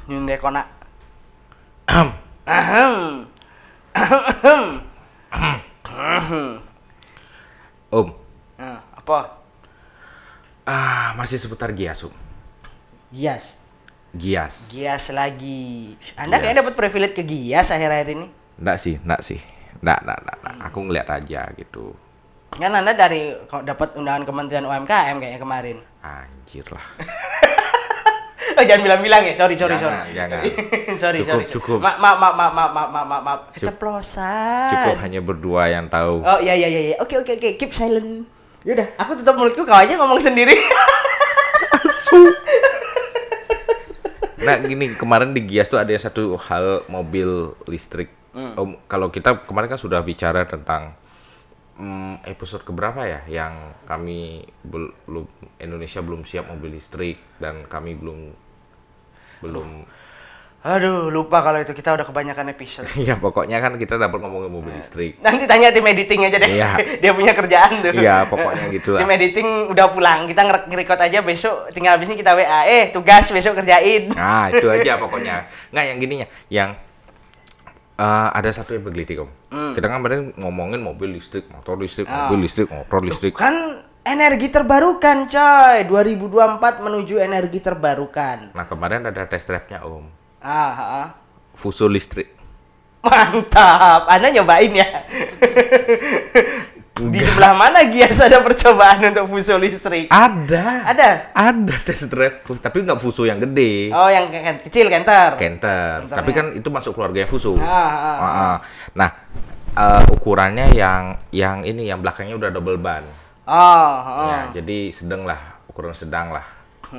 Hyundai Kona. Ahem. Ahem. Om, Apa? masih seputar Gias, Om. Gias. Gias. Gias lagi. Anda Gias. kayaknya dapat privilege ke Gias akhir-akhir ini. Nggak sih. Nggak. Aku ngeliat aja gitu. Kan Anda dari dapat undangan Kementerian UMKM kayaknya kemarin. Anjir lah. Oh, jangan bilang-bilang ya. Sorry. Jangan. sorry. Cukup. Maaf. Keceplosan. Cukup hanya berdua yang tahu. Oh, iya. Oke. Keep silent. Yaudah, aku tutup mulutku, kau aja ngomong sendiri. Nah, gini, kemarin di Gias tuh ada satu hal mobil listrik. Om, kalau kita kemarin kan sudah bicara tentang episode keberapa ya, yang kami belum Indonesia belum siap mobil listrik dan kami belum. Aduh, lupa kalau itu, kita udah kebanyakan episode. Ya pokoknya kan kita dapat ngomongin mobil listrik. Nanti tanya tim editing aja deh. Iya. Dia punya kerjaan tuh. Iya, pokoknya gitulah. Tim editing udah pulang, kita nge-record aja besok, tinggal habis ini kita WA. Tugas besok kerjain. Nah, itu aja pokoknya. Nggak, yang gininya, yang ada satu yang bergelitik, Om. Kita kan kemarin ngomongin mobil listrik, motor listrik, mobil listrik, motor listrik. Kan energi terbarukan, coy. 2024 menuju energi terbarukan. Nah, kemarin ada test drive-nya, Om. Fuso listrik. Mantap. Anda nyobain ya? Di sebelah mana Gias ada percobaan untuk fuso listrik? Ada test drive, tapi nggak fuso yang gede. Oh, yang kecil, Canter. Tapi kan itu masuk keluarganya fuso. Nah, ukurannya yang ini, yang belakangnya udah double ban. Ya, jadi sedang lah, ukuran sedang lah.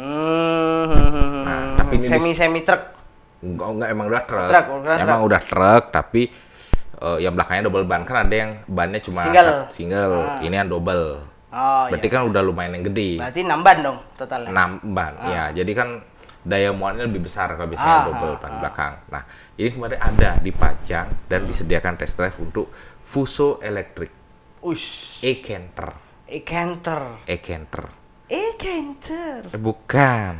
Nah, tapi ini semi truk. Enggak, emang udah truk. Udah truk, tapi yang belakangnya double ban. Kan ada yang bannya cuma single. Ini yang double. Berarti kan udah lumayan yang gede. Berarti 6 ban dong totalnya. 6 ban. Ya, jadi kan daya muatnya lebih besar kalau biasanya double ban belakang. Nah, ini kemarin ada dipajang dan disediakan test drive untuk Fuso elektrik. E-Canter. Bukan.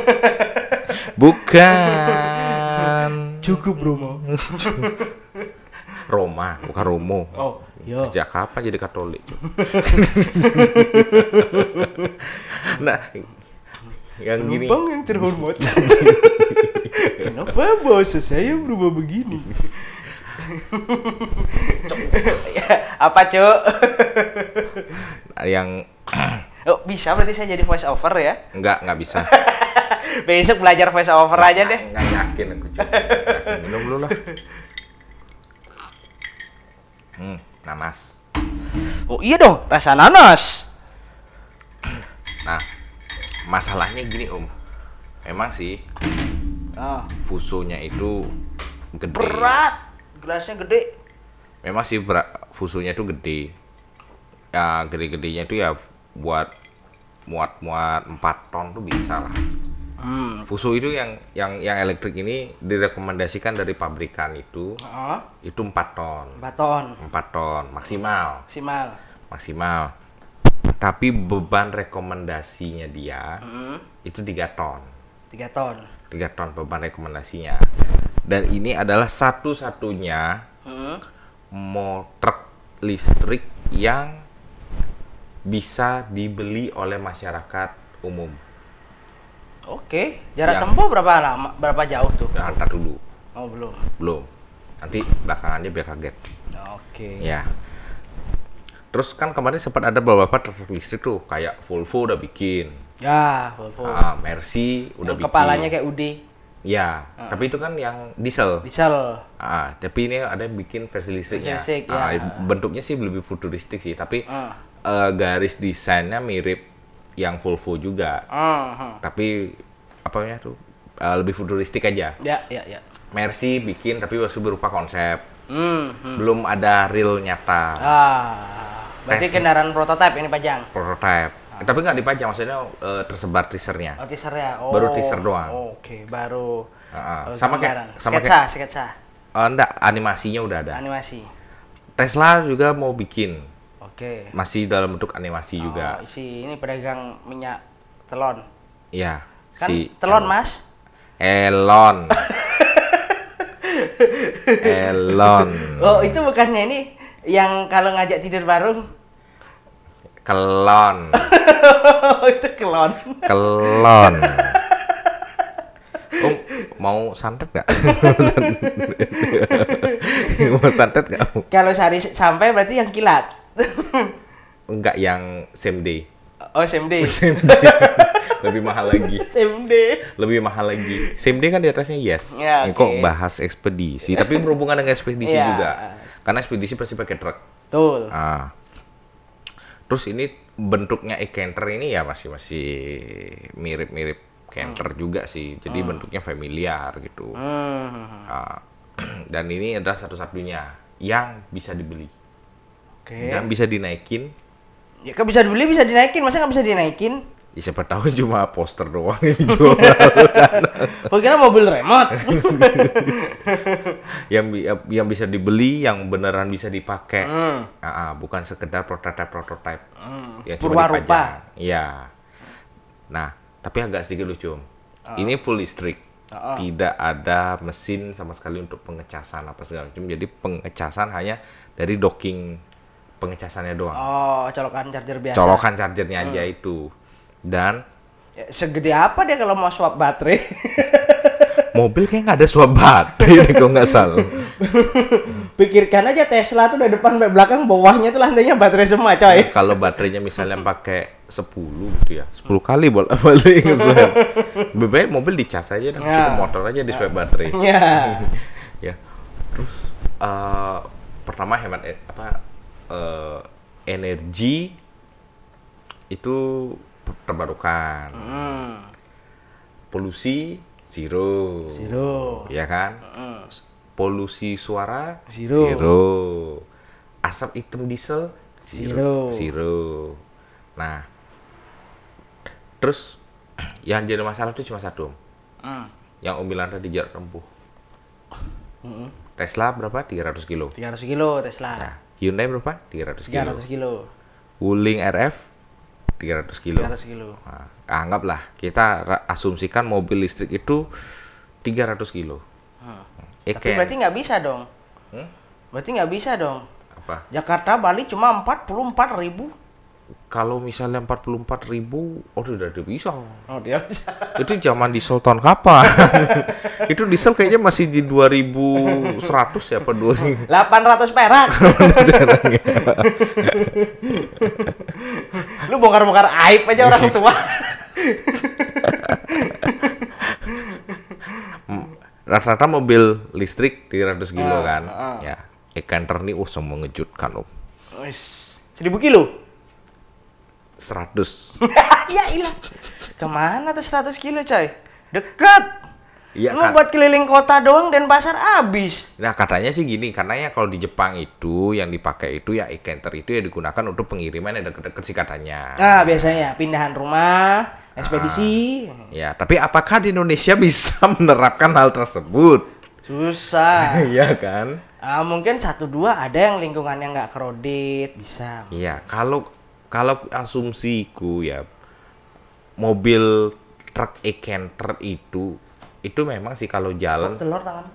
Cukup, Romo. Roma, bukan Romo. Oh, iya. Sejak kapan jadi Katolik? Nah, yang gini. Penumpang yang terhormat. Kenapa bahasa saya berubah begini? Apa, Cuk? Yang bisa berarti saya jadi voice over ya? Enggak bisa. Besok belajar voice over aja deh. Enggak yakin aku, Cuk. Minum dulu lah. Nanas. Oh iya dong, rasa nanas. Nah, masalahnya gini, Om. Memang sih fusonya itu gede. Berat. Gelasnya gede. Memang sih fusonya itu gede. Ya, gede-gedenya itu ya buat muat 4 ton tuh bisa lah. Fuso itu yang elektrik ini direkomendasikan dari pabrikan itu 4 ton. 4 ton maksimal. Tapi beban rekomendasinya dia itu 3 ton. 3 ton beban rekomendasinya. Dan ini adalah satu-satunya motor listrik yang bisa dibeli oleh masyarakat umum. Oke, jarak tempuh berapa jauh tuh? Ya, antar dulu. Oh, belum. Nanti belakangannya biar kaget. Oke. Ya. Terus kan kemarin sempat ada beberapa truk listrik tuh, kayak Volvo udah bikin. Ya, Volvo. Mercy udah bikin. Kepalanya kayak Udi. Ya, tapi itu kan yang diesel. Tapi ini ada yang bikin versi listriknya. Bentuknya sih lebih futuristik sih, tapi garis desainnya mirip yang Volvo juga. Tapi apanya tuh lebih futuristik aja. Ya. Mercy bikin tapi masih berupa konsep. Belum ada real nyata. Berarti kendaraan prototipe ini pajang. Prototipe. Tapi nggak dipajang, maksudnya tersebar teasernya. Teasernya. Baru teaser doang. Oke, baru. Sama kayak sketsa. Enggak, animasinya udah ada. Animasi. Tesla juga mau bikin. Oke. Masih dalam bentuk animasi juga. Ini pedagang minyak telon. Iya. Kan telon, Mas. Elon. Elon. Oh, itu bukannya ini yang kalau ngajak tidur bareng. Kelon. Itu kelon. Kelon. Mau santet nggak? Mau santet nggak? Kalau sehari sampai berarti yang kilat. Enggak, yang same day. Oh, same day. Same day. Lebih mahal lagi. Same day. Lebih mahal lagi. Same day kan di atasnya yes. Ya, Ini oke. kok bahas ekspedisi, tapi berhubungan dengan ekspedisi Ya. juga. Karena ekspedisi pasti pakai truk. Betul. Ah. Terus ini bentuknya e-canter ini ya masih mirip-mirip canter juga sih. Jadi bentuknya familiar gitu. Ah. Dan ini adalah satu-satunya yang bisa dibeli. Oke. Dan bisa dinaikin. Ya kan bisa dibeli, bisa dinaikin. Masa nggak bisa dinaikin? Ya, siapa tahu cuma poster doang yang dijual. Oh, kira mobil remote. yang bisa dibeli, yang beneran bisa dipakai. Bukan sekedar prototype. Ya, cuma Purwarupa. dipajang. Iya. Nah, tapi agak sedikit lucu. Ini full listrik. Tidak ada mesin sama sekali untuk pengecasan apa segala macam. Jadi pengecasan hanya dari docking pengecasannya doang. Oh, colokan charger biasa. Colokan chargernya aja itu. Dan Ya, segede apa dia kalau mau swap baterai? mobil kayak nggak ada swap baterai kalau nggak salah. Pikirkan aja Tesla tuh dari depan sampai belakang, bawahnya tuh lantainya baterai semua, coy. Kalau baterainya misalnya pakai 10 gitu ya, 10 kali bolak-balik nge-swap. Lebih baik mobil dicas aja, dan Ya. cukup motor aja di swap baterai. Ya. Ya. Terus pertama hemat energi itu terbarukan. Polusi zero. Zero. Ya kan? Polusi suara Zero. zero. Asap hitam diesel Zero. zero. Nah, terus yang jadi masalah itu cuma satu. Yang Om bilang tadi, jarak tempuh. Tesla berapa? 300 kilo. 300 kilo Tesla. Nah, Hyundai berapa? 300 kilo. 300 kilo. Wuling RF 300 kilo. 300 kilo. Nah, anggaplah kita asumsikan mobil listrik itu 300 kilo. Tapi berarti nggak bisa dong. Berarti nggak bisa dong. Apa? Jakarta Bali cuma 44.000. Kalau misalnya 44.000, udah bisa. Oh, dia bisa. Itu zaman diesel tahun kapan? Itu diesel kayaknya masih di 2100 ya, apa 2000? 800 perak. Lu bongkar-bongkar aib aja orang tua. Rata-rata mobil listrik 300 kilo kan. ah. Ya, e-canter nih semua mengejutkan Om. Wis, 1000 kilo. 100. Ya ilah. Kemana tuh 100 kilo coy? Deket. Iya Lu kan. buat keliling kota doang dan pasar habis. Nah, katanya sih gini, karena ya kalau di Jepang itu yang dipakai itu ya e-canter itu ya digunakan untuk pengiriman yang deket-deket sih katanya. Nah, biasanya pindahan rumah, ekspedisi. Ya, tapi apakah di Indonesia bisa menerapkan hal tersebut? Susah. Iya kan? Mungkin 1-2 ada yang lingkungannya nggak crowded, bisa. Iya, kalau asumsiku ya, mobil truk e-canter itu memang sih kalau jalan Telur tangan.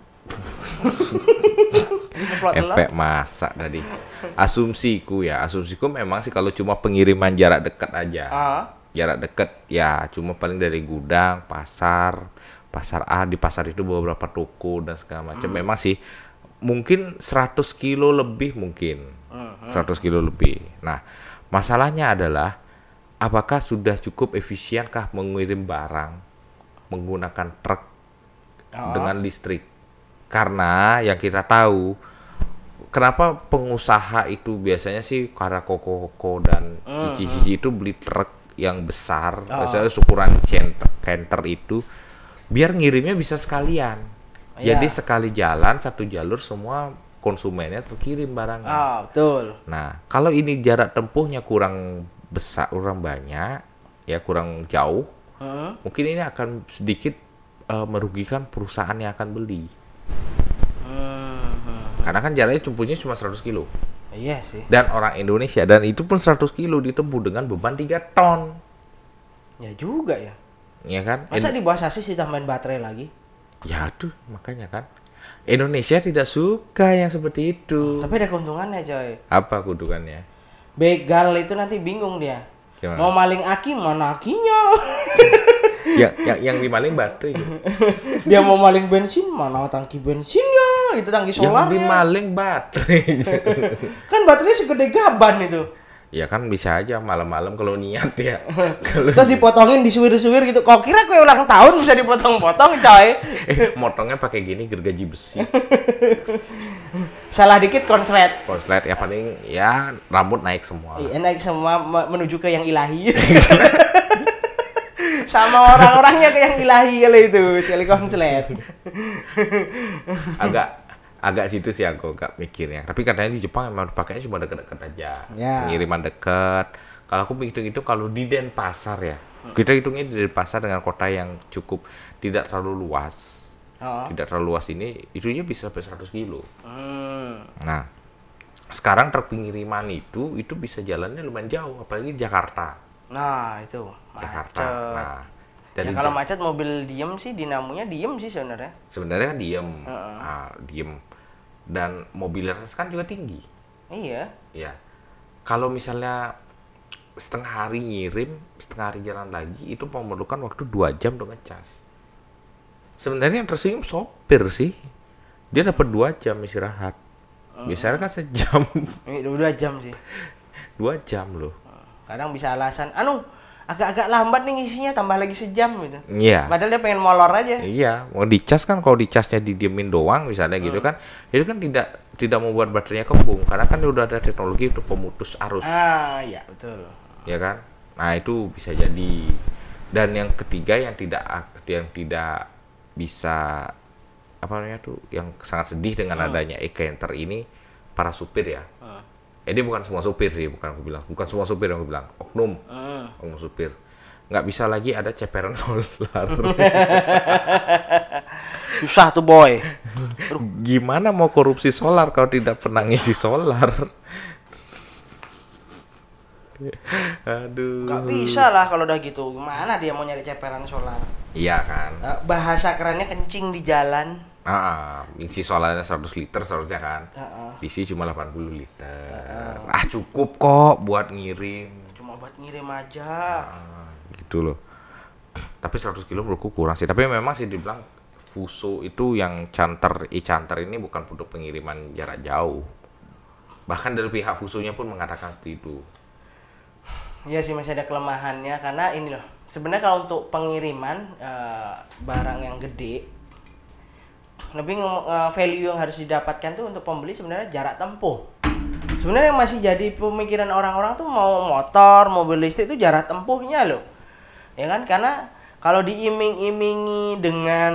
Ngeplot telur. efek masak tadi. Asumsiku memang sih kalau cuma pengiriman jarak dekat aja. Jarak dekat ya cuma paling dari gudang, pasar A, di pasar itu beberapa toko dan segala macam. Memang sih mungkin 100 kilo lebih mungkin. 100 kilo lebih. Nah, masalahnya adalah apakah sudah cukup efisienkah mengirim barang menggunakan truk dengan listrik? Karena yang kita tahu, kenapa pengusaha itu biasanya sih karena koko dan cici-cici itu beli truk yang besar, misalnya ukuran canter itu, biar ngirimnya bisa sekalian. Jadi sekali jalan satu jalur semua konsumennya terkirim barangnya. Betul. Nah, kalau ini jarak tempuhnya kurang besar, kurang banyak, ya kurang jauh, mungkin ini akan sedikit merugikan perusahaan yang akan beli. Karena kan jaraknya tempuhnya cuma 100 kilo. Iya sih. Dan orang Indonesia, dan itu pun 100 kilo ditempuh dengan beban 3 ton. Ya juga ya. ya kan? Masa di bawah sasis ditambahin baterai lagi? Ya aduh, makanya kan. Indonesia tidak suka yang seperti itu. Tapi ada keuntungannya coy. Apa keuntungannya? Begal itu nanti bingung dia. Gimana? Mau maling aki, mana akinya? yang dimaling baterai gitu. Dia mau maling bensin, mana tangki bensinnya? Itu tangki Yang solarnya. dimaling baterai. Kan baterainya segede gaban itu. Ya kan bisa aja malam-malam kalau niat ya. Kalau Terus dipotongin, disuwir-suwir gitu. Kok kira kue ulang tahun bisa dipotong-potong coy? motongnya pakai gini gergaji besi. Salah dikit konslet. Konslet ya paling ya rambut naik semua. Iya, naik semua menuju ke yang ilahi. Sama orang-orangnya ke yang ilahi kali itu, sekali konslet. agak situ sih aku gak mikirnya. Tapi katanya di Jepang memang pakainya cuma deket-deket aja. Ya. Pengiriman deket. Kalau aku hitung-hitung kalau di Denpasar ya. Kita hitungnya di Denpasar dengan kota yang cukup tidak terlalu luas. Oh. Tidak terlalu luas ini, itunya bisa sampai 100 kilo. Hmm. Nah, sekarang truk pengiriman itu bisa jalannya lumayan jauh, apalagi di Jakarta. Nah, itu Jakarta. macet. Nah, Ya dari kalau macet mobil diem sih, dinamonya diem sih sebenarnya. sebenarnya kan diem, diem. Dan mobilitas kan juga tinggi. Iya. Ya, kalau misalnya setengah hari ngirim, setengah hari jalan lagi, itu memerlukan waktu 2 jam untuk ngecas. Sebenarnya yang tersinggung sopir sih. Dia dapat 2 jam istirahat. Biasanya kan sejam. Ini 2 jam sih. 2 jam loh. Kadang bisa alasan, agak-agak lambat nih ngisinya, tambah lagi sejam gitu. Iya. Padahal dia pengen molor aja. Iya, mau dicas kan kalau dicasnya didiemin doang misalnya gitu kan. Itu kan tidak membuat baterainya kembung karena kan udah ada teknologi untuk pemutus arus. Ah, iya betul. Ya kan? Nah, itu bisa jadi. Dan yang ketiga yang tidak bisa apa namanya tuh yang sangat sedih dengan adanya e-counter ini para supir ya. Ini bukan semua supir sih, bukan semua supir yang aku bilang, oknum supir nggak bisa lagi ada ceperan solar. Susah tuh boy. Gimana mau korupsi solar kalau tidak pernah ngisi solar? Aduh. Gak bisa lah kalau udah gitu. Gimana dia mau nyari ceperan solar? Iya kan. Bahasa kerennya kencing di jalan. Isi solarnya 100 liter seharusnya kan. Diisi cuma 80 liter. Cukup kok buat ngirim. Cuma buat ngirim aja. Gitu loh. Tapi 100 kilo menurutku kurang sih. Tapi memang sih dibilang Fuso itu yang e-canter ini bukan untuk pengiriman jarak jauh. Bahkan dari pihak Fusonya pun mengatakan seperti itu. Iya sih masih ada kelemahannya karena ini loh. Sebenarnya kalau untuk pengiriman barang yang gede, lebih value yang harus didapatkan tuh untuk pembeli sebenarnya jarak tempuh. Sebenarnya yang masih jadi pemikiran orang-orang tuh mau motor, mobil listrik itu jarak tempuhnya loh. Ya kan? Karena kalau diiming-imingi dengan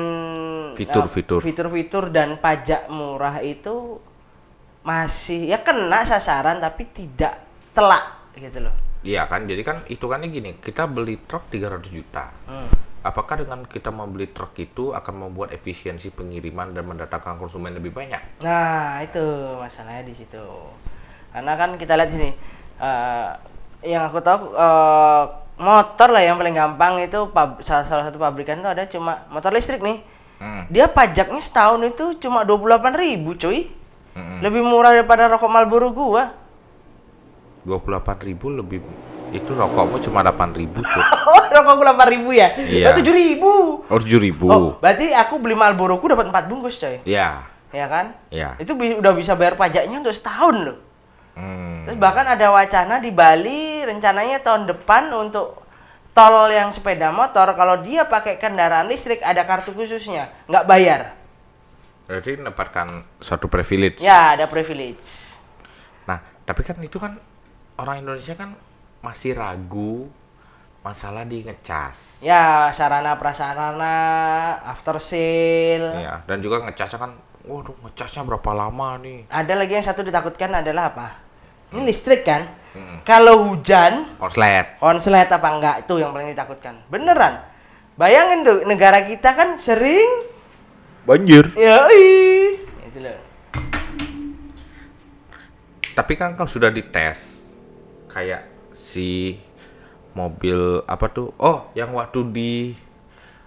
fitur-fitur dan pajak murah itu masih ya kena sasaran tapi tidak telak gitu loh. Iya kan, jadi kan hitungannya gini, kita beli truk 300 juta. Apakah dengan kita membeli truk itu akan membuat efisiensi pengiriman dan mendatangkan konsumen lebih banyak? Nah, itu masalahnya di situ. Karena kan kita lihat di sini, yang aku tahu motor lah yang paling gampang itu salah satu pabrikan itu ada cuma motor listrik nih. Dia pajaknya setahun itu cuma 28.000 cuy. Lebih murah daripada rokok Marlboro gua. 28.000 lebih, itu rokokmu cuma 8.000 cuy. Rokok gua 8.000 ya? Iya. 7.000. Oh 7.000. Oh, berarti aku beli Marlboro ku dapat 4 bungkus coy. Iya. Ya kan? Iya. Itu udah bisa bayar pajaknya untuk setahun loh. Terus bahkan ada wacana di Bali rencananya tahun depan untuk tol yang sepeda motor kalau dia pakai kendaraan listrik ada kartu khususnya, nggak bayar. Berarti mendapatkan suatu privilege. Ya, ada privilege. Nah, tapi kan itu kan orang Indonesia kan masih ragu masalah di ngecas. Ya, sarana prasarana, after sale. Ya, dan juga ngecasnya kan, waduh ngecasnya berapa lama nih? Ada lagi yang satu ditakutkan adalah apa? Ini listrik kan? Kalau hujan, konslet apa enggak itu yang paling ditakutkan. Beneran. Bayangin tuh, negara kita kan sering banjir. Yoi. Itu loh. Tapi kan sudah dites. Kayak si mobil apa tuh? Oh, yang waktu di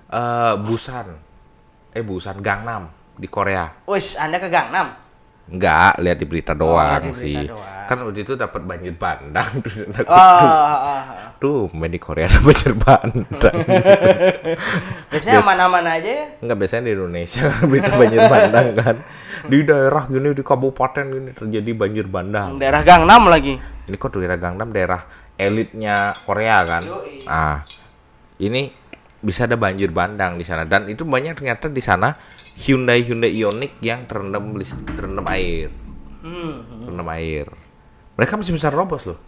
Busan Gangnam di Korea. Wis, Anda ke Gangnam? Enggak, lihat di berita doang lihat di berita sih. doang. Kan waktu itu dapat banjir bandang terus tuh main di Korea ada banjir bandang. Biasanya aman-aman aja ya? Enggak, biasanya di Indonesia kan berita banjir bandang kan. Di daerah gini, di kabupaten gini terjadi banjir bandang. Daerah Gangnam lagi. Ini kok daerah Gangnam, daerah elitnya Korea kan. Yoi. Nah, ini bisa ada banjir bandang di sana dan itu banyak ternyata di sana Hyundai Ioniq yang terendam air. Terendam air. Mereka masih bisa robos loh.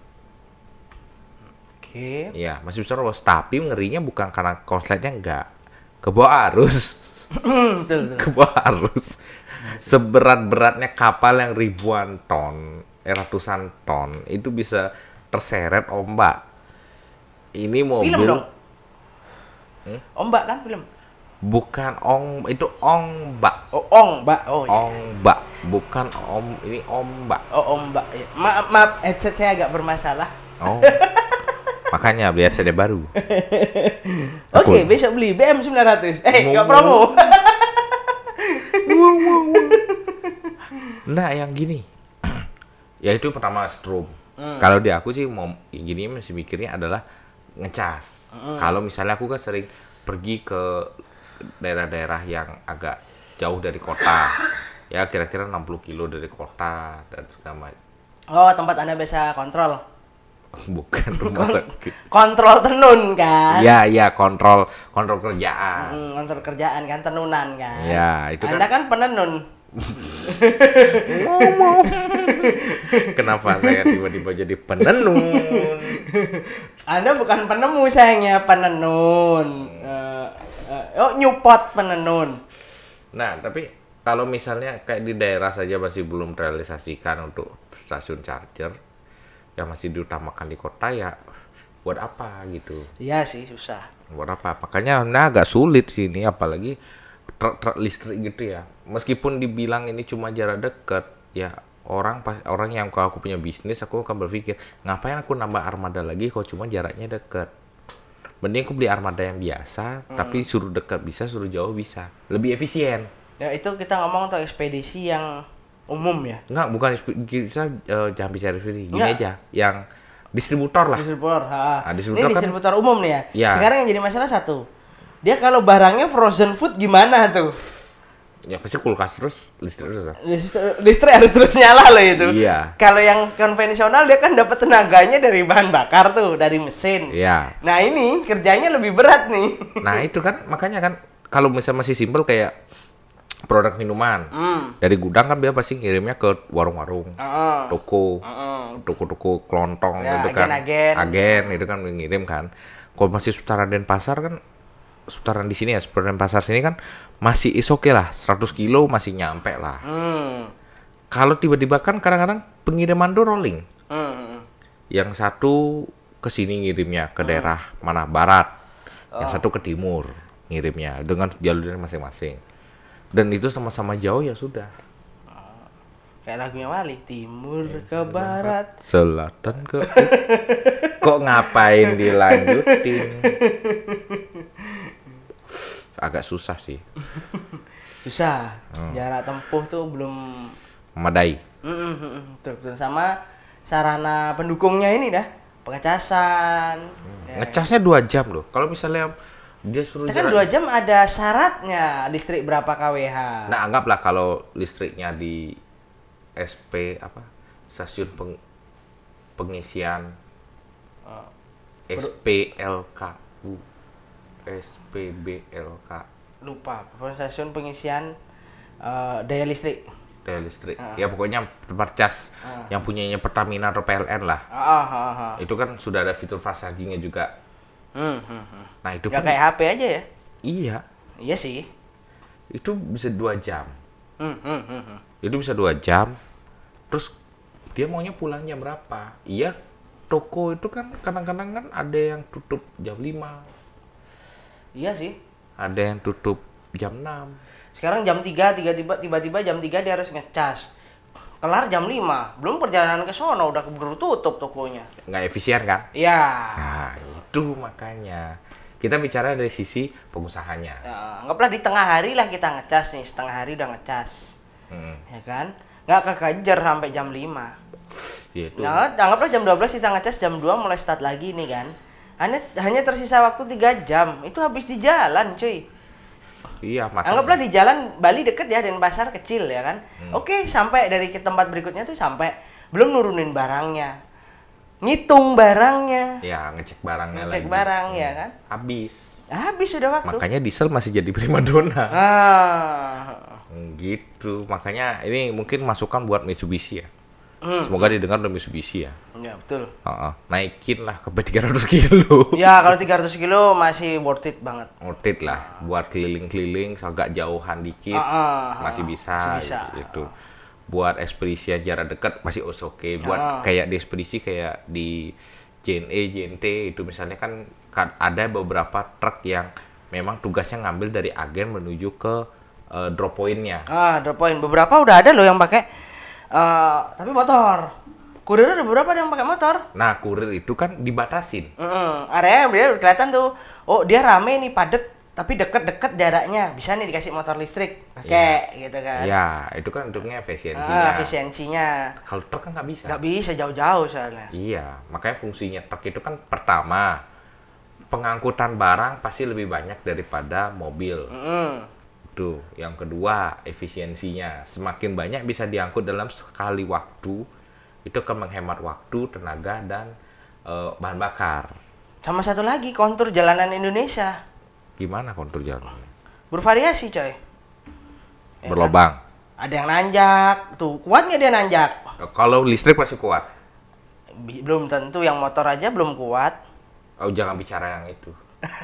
Oke. Iya, masih bisa robos. Tapi ngerinya bukan karena konsletnya enggak. Ke bawah arus. Betul. Ke bawah arus. Seberat-beratnya kapal yang ribuan ton, ratusan ton, itu bisa terseret ombak. Ini mobil. Film dong. Ombak kan film? Bukan itu ombak. Oh, ombak. Oh, iya. Ombak, bukan ini ombak. Oh, ombak. Ya. Maaf, headset saya agak bermasalah. Oh. Makanya biar CD baru. Oke, besok beli BM 900. Nggak promo. Nah, yang gini. Ya itu pertama stroom. Kalau di aku sih mau yang gini masih mikirnya adalah ngecas. Kalau misalnya aku kan sering pergi ke daerah-daerah yang agak jauh dari kota. Ya kira-kira 60 kilo dari kota dan segala macam. Oh, tempat Anda biasa kontrol. Bukan rumah sakit. Kontrol tenun kan? Iya, kontrol kerjaan. Kontrol kerjaan kan, tenunan kan? Ya, itu Anda kan penenun. Ngomong. Kenapa saya tiba-tiba jadi penenun? Anda bukan penemu sayangnya, penenun. Nyupot penenun. Nah, tapi kalau misalnya kayak di daerah saja masih belum realisasikan untuk stasiun charger, yang masih diutamakan di kota ya buat apa gitu? Iya sih, susah. Buat apa? Makanya agak sulit sih ini, apalagi truk listrik gitu ya. Meskipun dibilang ini cuma jarak dekat, ya orang yang kalau aku punya bisnis, aku akan berpikir ngapain aku nambah armada lagi kalau cuma jaraknya dekat. Mending aku beli armada yang biasa, tapi suruh dekat bisa, suruh jauh bisa, lebih efisien. Ya itu kita ngomong untuk ekspedisi yang umum ya. Enggak, bukan kita jangan bicara ekspedisi, gini Enggak. aja, yang distributor lah. Distributor, Distributor ini kan- distributor umum nih ya. Ya. Sekarang yang jadi masalah satu, dia kalau barangnya frozen food gimana tuh? Ya pasti kulkas terus, listrik terus. Listrik harus terus nyala loh itu. Iya. Kalau yang konvensional dia kan dapat tenaganya dari bahan bakar tuh, dari mesin. Iya. Nah ini kerjanya lebih berat nih. Nah itu kan makanya kan kalau misalnya masih simpel kayak produk minuman dari gudang kan dia pasti ngirimnya ke warung-warung, toko, toko-toko kelontong Ya, gitu kan, agen-agen. itu kan ngirim kan. Kalau masih seputaran Denpasar kan, seputaran di sini ya, seputaran Denpasar sini kan masih oke lah, 100 kilo masih nyampe lah. Kalau tiba-tiba kan kadang-kadang pengiriman tuh rolling. Yang satu ke sini ngirimnya ke daerah mana barat, yang satu ke timur ngirimnya dengan jalurnya masing-masing. Dan itu sama-sama jauh ya sudah. Kayak lagunya Wali, timur ke barat. Selatan ke kok ngapain dilanjutin? Agak susah sih. Susah. Jarak tempuh tuh belum Memadai. betul. Sama sarana pendukungnya ini dah, pengecasan. Ya. Ngecasnya 2 jam loh. Kalau misalnya dia suruh Kita kan 2 jam ada syaratnya listrik berapa kWh. Nah, anggaplah kalau listriknya di SP apa? Stasiun pengisian SPLKU. SPBLK. Lupa, stasiun pengisian daya listrik. Daya listrik. Ya pokoknya tempat cas yang punyanya Pertamina atau PLN lah. Itu kan sudah ada fitur fast charging-nya juga. Nah, itu Ya pun kayak HP aja ya. iya, Iya sih. itu bisa 2 jam. Itu bisa 2 jam. Terus dia maunya pulang jam berapa? Iya, toko itu kan kadang-kadang kan ada yang tutup jam 5. Iya sih. Ada yang tutup jam 6. Sekarang jam 3, tiba-tiba jam 3 dia harus ngecas. Kelar jam 5. Belum perjalanan ke sono udah keburu tutup tokonya. Nggak efisien kan? Iya. Nah, itu makanya. Kita bicara dari sisi pengusahanya. Ya, anggaplah di tengah hari lah kita ngecas nih, setengah hari udah ngecas. Ya kan? Nggak kekejar sampai jam 5. Ya, itu. Nah, anggaplah jam 12 kita ngecas, jam 2 mulai start lagi nih kan. Hanya tersisa waktu 3 jam. Itu habis di jalan, cuy. Iya, makanya. Anggaplah di jalan Bali deket ya, Denpasar kecil ya kan. Oke, sampai dari ke tempat berikutnya tuh sampai belum nurunin barangnya. Ngitung barangnya. Ya, ngecek barangnya Ngecek lagi. barang ya kan. Habis sudah waktu. Makanya diesel masih jadi primadona. Gitu. Makanya ini mungkin masukan buat Mitsubishi ya. Semoga didengar oleh Mitsubishi ya. Ya, betul. Naikin lah ke 300 kilo. Ya, kalau 300 kilo masih worth it banget. Worth it lah. Buat keliling-keliling agak jauhan dikit. Masih bisa. Gitu. Buat ekspedisi yang jarak dekat masih oke. Buat kayak di ekspedisi kayak di JNE, JNT itu misalnya kan ada beberapa truk yang memang tugasnya ngambil dari agen menuju ke drop point-nya. Drop point. Beberapa udah ada loh yang pakai tapi motor. Kurir ada beberapa yang pakai motor. Nah, kurir itu kan dibatasin. Area dia kelihatan tuh. Oh, dia rame nih, padet. Tapi deket-deket jaraknya, bisa nih dikasih motor listrik pakai gitu kan. Ya, itu kan untuknya efisiensinya. Efisiensinya. Kalau truk kan nggak bisa. Nggak bisa jauh-jauh soalnya. Iya, makanya fungsinya truk itu kan pertama pengangkutan barang pasti lebih banyak daripada mobil. Itu. Yang kedua, efisiensinya. Semakin banyak bisa diangkut dalam sekali waktu, itu akan menghemat waktu, tenaga dan bahan bakar. Sama satu lagi, kontur jalanan Indonesia. Gimana kontur jalan? Bervariasi, coy. Berlobang. Ada yang nanjak, tuh kuat nggak dia nanjak? Kalau listrik masih kuat. Belum tentu, yang motor aja belum kuat. Oh, jangan bicara yang itu.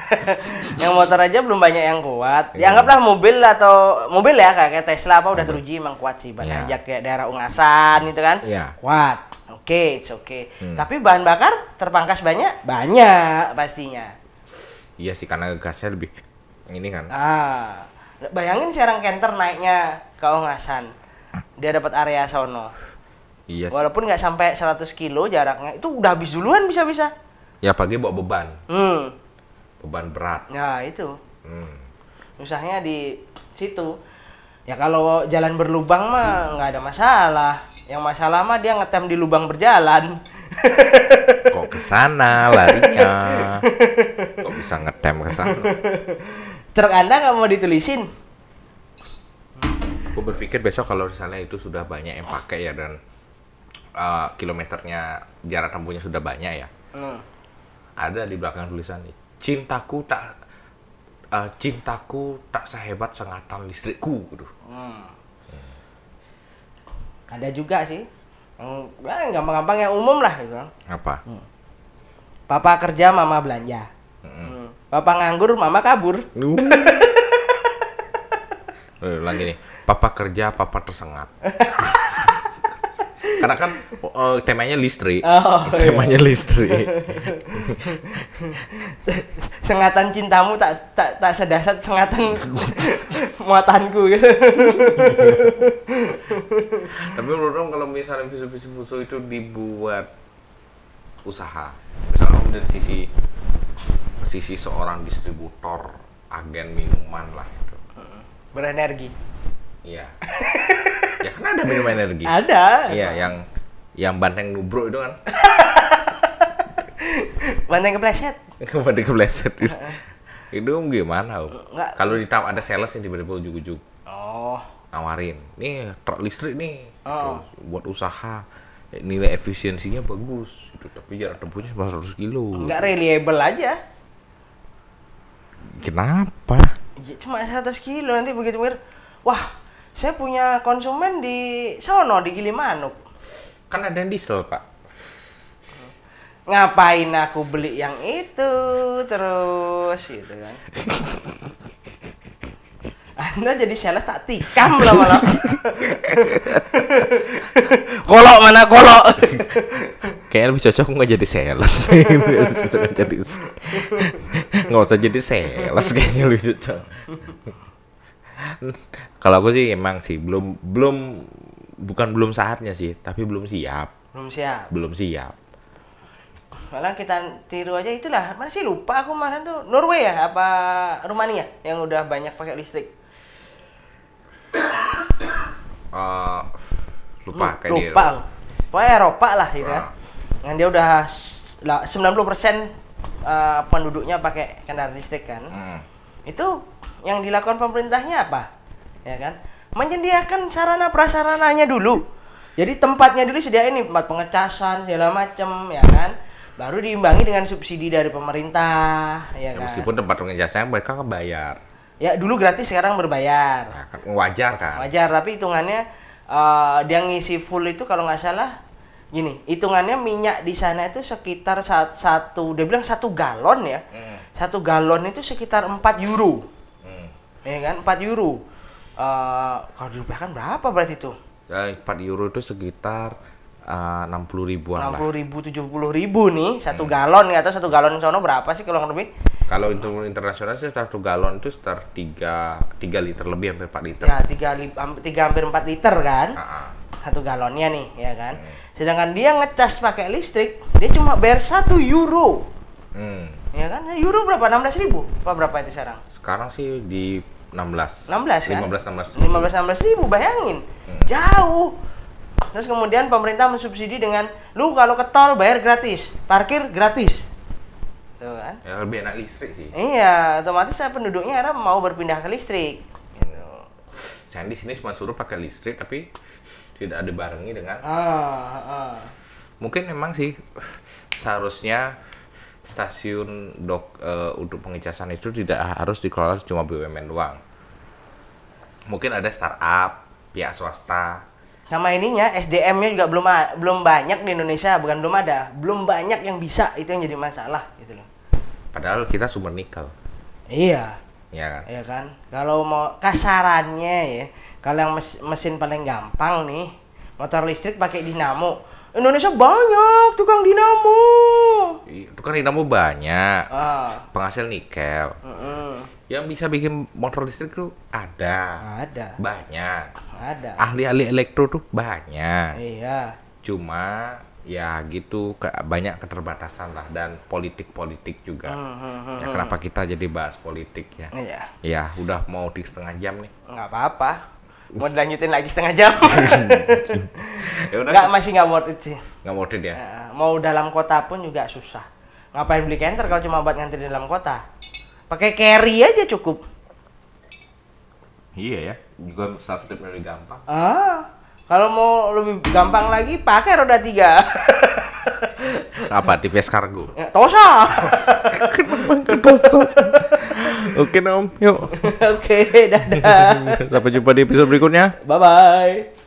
Yang motor aja belum banyak yang kuat. Ya, anggaplah mobil atau mobil ya kayak Tesla udah teruji emang kuat sih nanjak kayak daerah Ungasan gitu kan. Kuat. Oke, it's okay. Tapi bahan bakar terpangkas banyak pastinya. Iya sih, karena gasnya lebih ini kan. Bayangin sekarang Canter naiknya ke Ungasan. Dia dapat area sono. Iya. Walaupun nggak sampai 100 kilo jaraknya, itu udah habis duluan bisa-bisa. Ya pagi bawa beban. Beban berat. Ya itu. Usahanya di situ. Ya kalau jalan berlubang mah nggak ada masalah. Yang masalah mah dia ngetem di lubang berjalan. Kok ke sana larinya? Kok bisa ngetem ke sana? Truk Anda nggak mau ditulisin? Aku berpikir besok kalau misalnya itu sudah banyak yang pakai ya dan kilometernya jarak tempuhnya sudah banyak ya. Ada di belakang tulisan nih, cintaku tak sehebat sengatan listrikku. Ada juga sih. Gampang-gampang yang umum lah gitu. Apa? Papa kerja, mama belanja. Papa nganggur, mama kabur. Lagi nih, papa kerja, papa tersengat. Karena kan temanya listrik. Temanya listrik. Sengatan cintamu tak sedasat sengatan muatanku gitu. Tapi menurut kalau misalnya Fuso itu dibuat usaha, misalnya dari sisi seorang distributor, agen minuman lah itu. Berenergi. Iya. Ya kan ada minuman energi. Ada. Iya, yang banteng nubruk itu kan. Banteng kepleset. Banteng kepleset. Itu gimana, Om? Kalau ada sales yang tiba-tiba ujuk-ujuk. Nawarin, nih truk listrik nih. Buat usaha. Nilai efisiensinya bagus gitu, tapi jarak tempuhnya 100 kilo. Nggak reliable aja. Kenapa? Ya, cuma 100 kilo, nanti begitu mikir, wah, saya punya konsumen di sono, di Gilimanuk. Kan ada yang diesel, Pak. Ngapain aku beli yang itu terus gitu kan. Anda jadi sales tak tikam lama-lama. Kolok mana kolok? Kayaknya lebih cocok nggak jadi sales. Nggak usah jadi sales, kayaknya lebih cocok. Kalau aku sih emang sih bukan belum saatnya sih, tapi belum siap. Belum siap. Belum siap. Malah kita tiru aja itulah. Mana sih lupa aku kemarin tuh. Norway ya apa Rumania yang udah banyak pakai listrik. Lupa kayak dia. Lupa. Pokoknya Eropa lah gitu kan. Yang dia udah 90% penduduknya pakai kendaraan listrik kan. Itu yang dilakukan pemerintahnya apa? Ya kan? Menyediakan sarana prasarananya dulu. Jadi tempatnya dulu sediain nih, tempat pengecasan segala macem ya kan. Baru diimbangi dengan subsidi dari pemerintah ya kan. Meskipun tempat pengecasan mereka bayar. Ya dulu gratis, sekarang berbayar. Nah, kan wajar kan? Wajar, tapi hitungannya dia ngisi full itu kalau nggak salah gini, hitungannya minyak di sana itu sekitar dia bilang 1 galon ya. 1 galon itu sekitar 4 euro. Ya kan, 4 euro. Kalau dirupiahkan berapa berarti itu? 4 euro itu sekitar 60 ribuan 60 ribu, 70 ribu nih, 1 galon ya, atau 1 galon sono berapa sih kalau lebih? Kalau itu internasional sih 1 galon itu sekitar 3 liter lebih, hampir 4 liter. Ya, 3 hampir 4 liter kan? 1 galonnya nih, ya kan? Sedangkan dia ngecas pakai listrik, dia cuma bayar 1 euro. Ya kan? Euro berapa? 16 ribu? Apa berapa itu sekarang? Sekarang sih di 16 kan? 15-16 ribu, bayangin. Jauh. Terus kemudian pemerintah mensubsidi dengan lu kalau ke tol bayar gratis, parkir gratis. Tuh kan? Ya lebih enak listrik sih. Iya, otomatis penduduknya akhirnya mau berpindah ke listrik. Gitu. Saya di sini cuma suruh pakai listrik tapi tidak ada barengi dengan. Mungkin memang sih seharusnya stasiun untuk pengecasan itu tidak harus dikelola cuma BUMN doang. Mungkin ada startup, pihak swasta. Sama ininya SDM-nya juga belum banyak di Indonesia, bukan belum ada, belum banyak yang bisa, itu yang jadi masalah gitu loh. Padahal kita sumber nikel. Iya. Iya kan? Iya kan? Kalau mau kasarannya ya, kalau yang mesin paling gampang nih, motor listrik pakai dinamo. Indonesia banyak tukang dinamo. Tukang dinamo banyak. Penghasil nikel. Yang bisa bikin motor listrik tuh ada. Banyak. Ada. Ahli-ahli elektro tuh banyak. Iya. Cuma ya gitu banyak keterbatasan lah, dan politik juga. Ya kenapa kita jadi bahas politik ya? Iya. Ya udah mau di setengah jam nih. Nggak apa-apa. Mau dilanjutin lagi setengah jam? Ya udah. Masih nggak worth it sih. Nggak worth it ya? Mau dalam kota pun juga susah. Ngapain beli canter kalau cuma buat ngantri di dalam kota? Pakai carry aja cukup. Iya ya, juga subscribe lebih gampang. Kalau mau lebih gampang lagi pakai roda 3. Apa? TVS Cargo? Tosa. Kenapa Tosa? Oke Om, yuk. Oke, dadah. Sampai jumpa di episode berikutnya. Bye-bye.